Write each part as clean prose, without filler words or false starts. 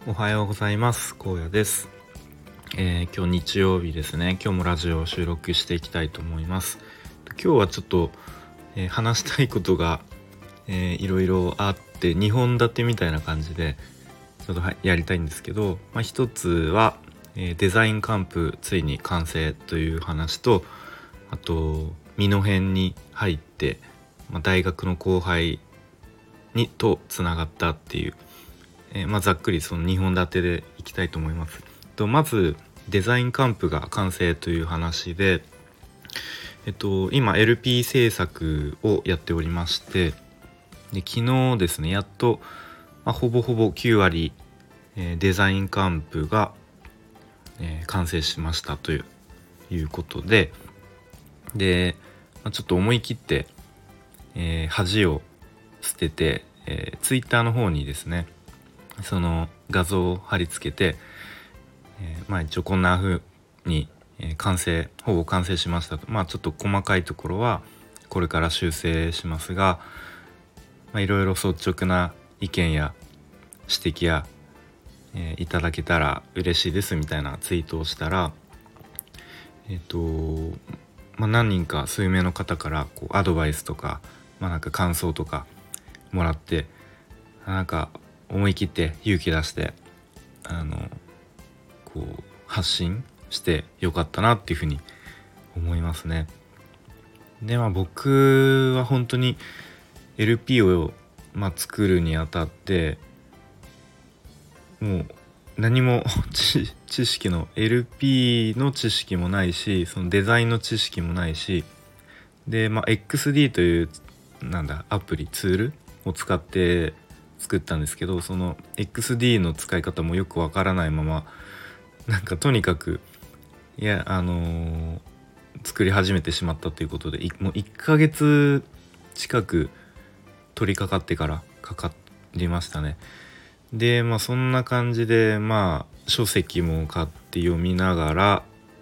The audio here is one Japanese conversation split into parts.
おはようございます。荒野です。今日日曜日ですね。今日もラジオを収録していきたいと思います。今日はちょっと、話したいことが、いろいろあって2本立てみたいな感じでちょっとやりたいんですけど、一つは、デザインカンプついに完成という話と、あと美濃編に入って、大学の後輩にとつながったっていう、ざっくりその2本立てでいきたいと思います。まずデザインカンプが完成という話で、今 LP 制作をやっておりまして、で昨日ですねやっと、ほぼほぼ9割、デザインカンプが、完成しましたということで、ちょっと思い切って、恥を捨てて、Twitter の方にですねその画像を貼り付けて、一応こんな風に、ほぼ完成しましたと。ちょっと細かいところはこれから修正しますが、いろいろ率直な意見や指摘や、いただけたら嬉しいですみたいなツイートをしたら、何人か数名の方からこうアドバイスとか、なんか感想とかもらって、なんか思い切って勇気出してこう発信してよかったなっていうふうに思いますね。で僕は本当に LP を、作るにあたってもう何も知識の LP の知識もないし、そのデザインの知識もないしで、XD というアプリツールを使って作ったんですけど、その XD の使い方もよくわからないままとにかく作り始めてしまったということで、もう1ヶ月近く取り掛かってからかかりましたね。でそんな感じで書籍も買って読みながら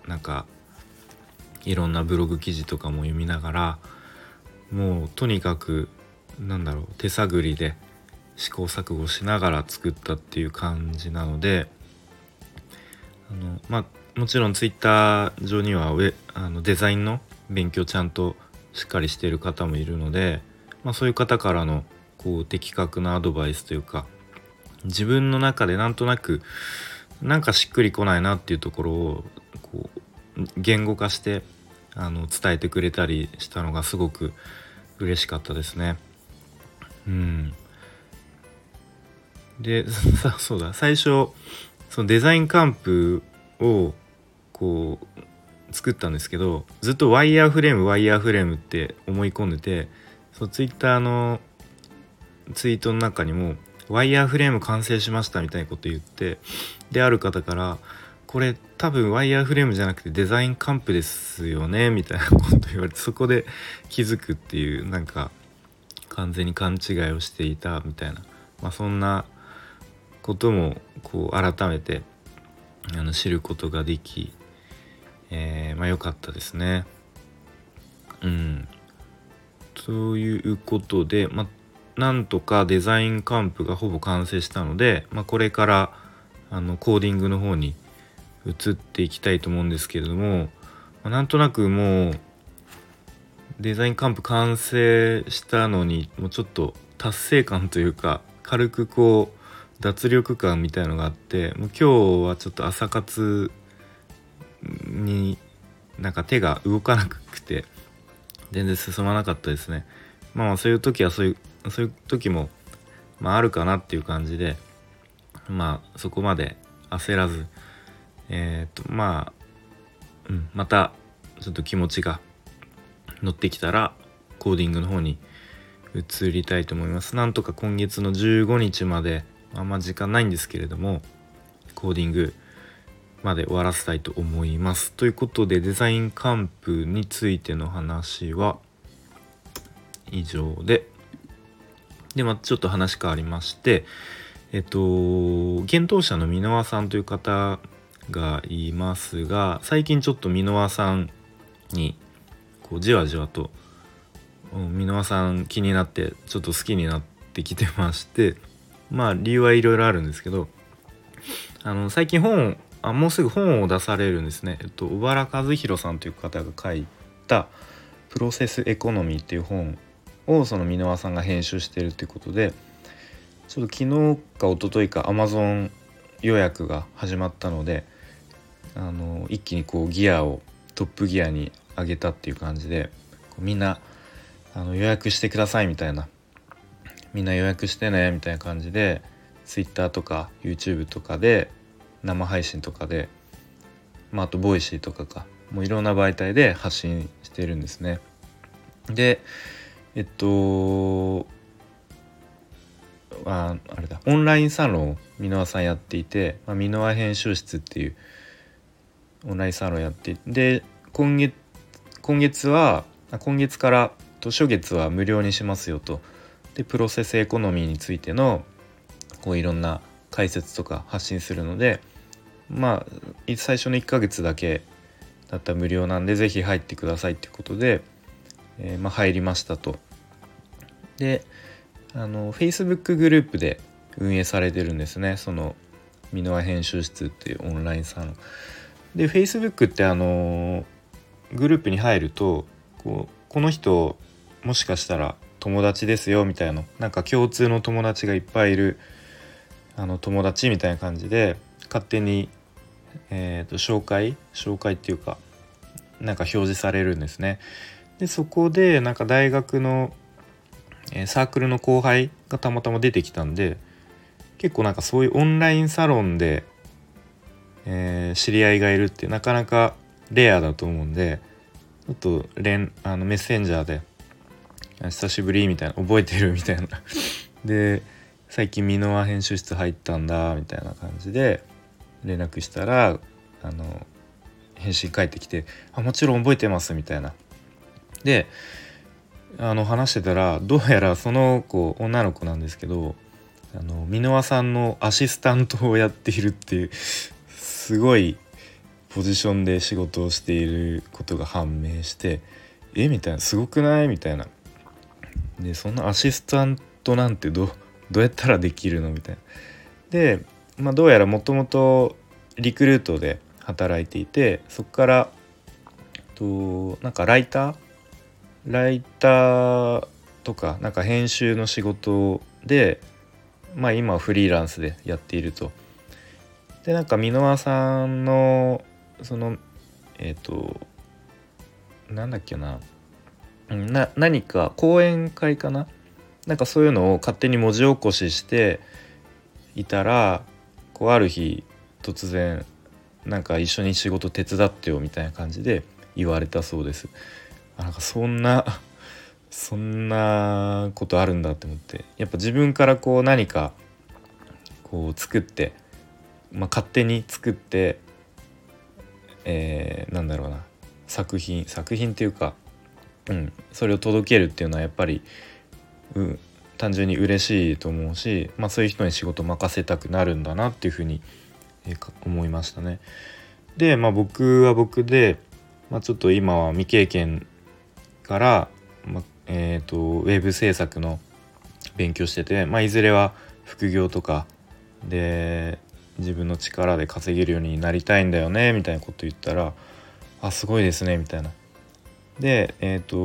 いろんなブログ記事とかも読みながら、もうとにかく手探りで試行錯誤しながら作ったっていう感じなので、もちろんツイッター上にはデザインの勉強ちゃんとしっかりしている方もいるので、そういう方からのこう的確なアドバイスというか、自分の中でなんとなくしっくりこないなっていうところをこう言語化して伝えてくれたりしたのがすごく嬉しかったですね。でそうだ、最初そのデザインカンプをこう作ったんですけど、ずっとワイヤーフレームって思い込んでて、ツイッターのツイートの中にもワイヤーフレーム完成しましたみたいなこと言って、である方からこれ多分ワイヤーフレームじゃなくてデザインカンプですよねみたいなこと言われて、そこで気づくっていう、完全に勘違いをしていたみたいな、そんなこともこう改めて知ることができ、良かったですね。ということで、なんとかデザインカンプがほぼ完成したので、これからコーディングの方に移っていきたいと思うんですけれども、なんとなくもうデザインカンプ完成したのにもうちょっと達成感というか、軽くこう脱力感みたいのがあって、もう今日はちょっと朝活に手が動かなくて全然進まなかったですね。そういう時はそういう時もあるかなっていう感じで、そこまで焦らずまたちょっと気持ちが乗ってきたらコーディングの方に移りたいと思います。なんとか今月の15日まで、時間ないんですけれどもコーディングまで終わらせたいと思います。ということでデザインカンプについての話は以上で、ちょっと話変わりまして、幻冬舎の箕輪さんという方がいますが、最近ちょっと箕輪さんにこうじわじわと箕輪さん気になってちょっと好きになってきてまして、理由はいろいろあるんですけど、 最近もうすぐ本を出されるんですね。小原和弘さんという方が書いたプロセスエコノミーっていう本をその箕輪さんが編集しているということで、ちょっと昨日か一昨日か Amazon 予約が始まったので、一気にこうギアをトップギアに上げたっていう感じで、みんな予約してくださいみたいな、みんな予約してねみたいな感じで Twitter とか YouTube とかで生配信とかで、あとボイシーとかもういろんな媒体で発信してるんですね。であれだ、オンラインサロンを箕輪さんやっていて、箕輪編集室っていうオンラインサロンやっていて、で今月から初月は無料にしますよと。でプロセスエコノミーについてのいろんな解説とか発信するので、最初の1ヶ月だけだったら無料なんでぜひ入ってくださいっていうことで、入りましたと。でFacebook グループで運営されてるんですね、その箕輪編集室っていうオンラインサロンで。 Facebook ってグループに入るとこの人もしかしたら友達ですよみたいな、なんか共通の友達がいっぱいいる友達みたいな感じで勝手に、紹介っていうかなんか表示されるんですね。でそこでなんか大学のサークルの後輩がたまたま出てきたんで、結構なんかそういうオンラインサロンで、知り合いがいるってなかなかレアだと思うんで、ちょっとメッセンジャーで久しぶりみたいな、覚えてるみたいなで最近箕輪編集室入ったんだみたいな感じで連絡したら返信返ってきて、もちろん覚えてますみたいな。で話してたら、どうやらその子女の子なんですけど、箕輪さんのアシスタントをやっているっていうすごいポジションで仕事をしていることが判明して、みたいな、すごくないみたいな。でそんなアシスタントなんてどうやったらできるのみたいな。で、どうやらもともとリクルートで働いていて、そこからなんかライターとかなんか編集の仕事で、今はフリーランスでやっていると。でなんか箕輪さんのそのなんだっけな、何か講演会かな、なんかそういうのを勝手に文字起こししていたら、ある日突然なんか一緒に仕事手伝ってよみたいな感じで言われたそうです。なんかそんなことあるんだって思って、やっぱ自分から何か作って、勝手に作って、なんだろうな、作品っていうか、それを届けるっていうのはやっぱり、単純に嬉しいと思うし、そういう人に仕事任せたくなるんだなっていうふうに、思いましたね。で僕は僕で、ちょっと今は未経験から、ウェブ制作の勉強してて、いずれは副業とかで自分の力で稼げるようになりたいんだよねみたいなこと言ったら、すごいですねみたいな。で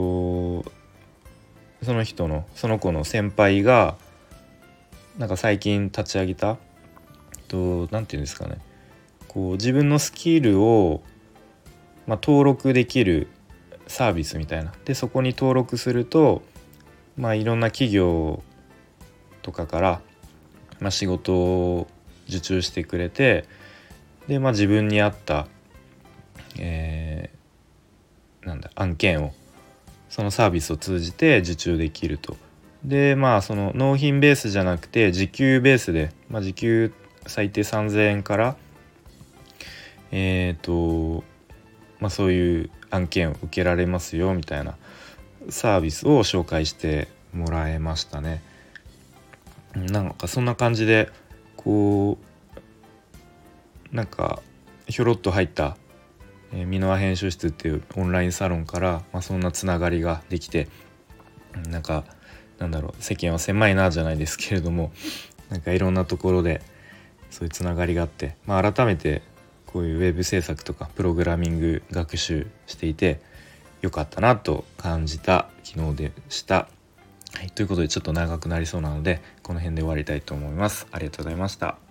その子の先輩がなんか最近立ち上げたなんていうんですかね、自分のスキルを、登録できるサービスみたいな。でそこに登録すると、いろんな企業とかから、仕事を受注してくれて、で自分に合った、案件をそのサービスを通じて受注できると。でその納品ベースじゃなくて時給ベースで、時給最低3000円からそういう案件を受けられますよみたいなサービスを紹介してもらえましたね。なんかそんな感じでなんかひょろっと入った箕輪編集室っていうオンラインサロンから、そんなつながりができて、世間は狭いなじゃないですけれども、なんかいろんなところで、 そういうつながりがあって、改めてこういうウェブ制作とかプログラミング学習していてよかったなと感じた昨日でした。はい、ということでちょっと長くなりそうなのでこの辺で終わりたいと思います。ありがとうございました。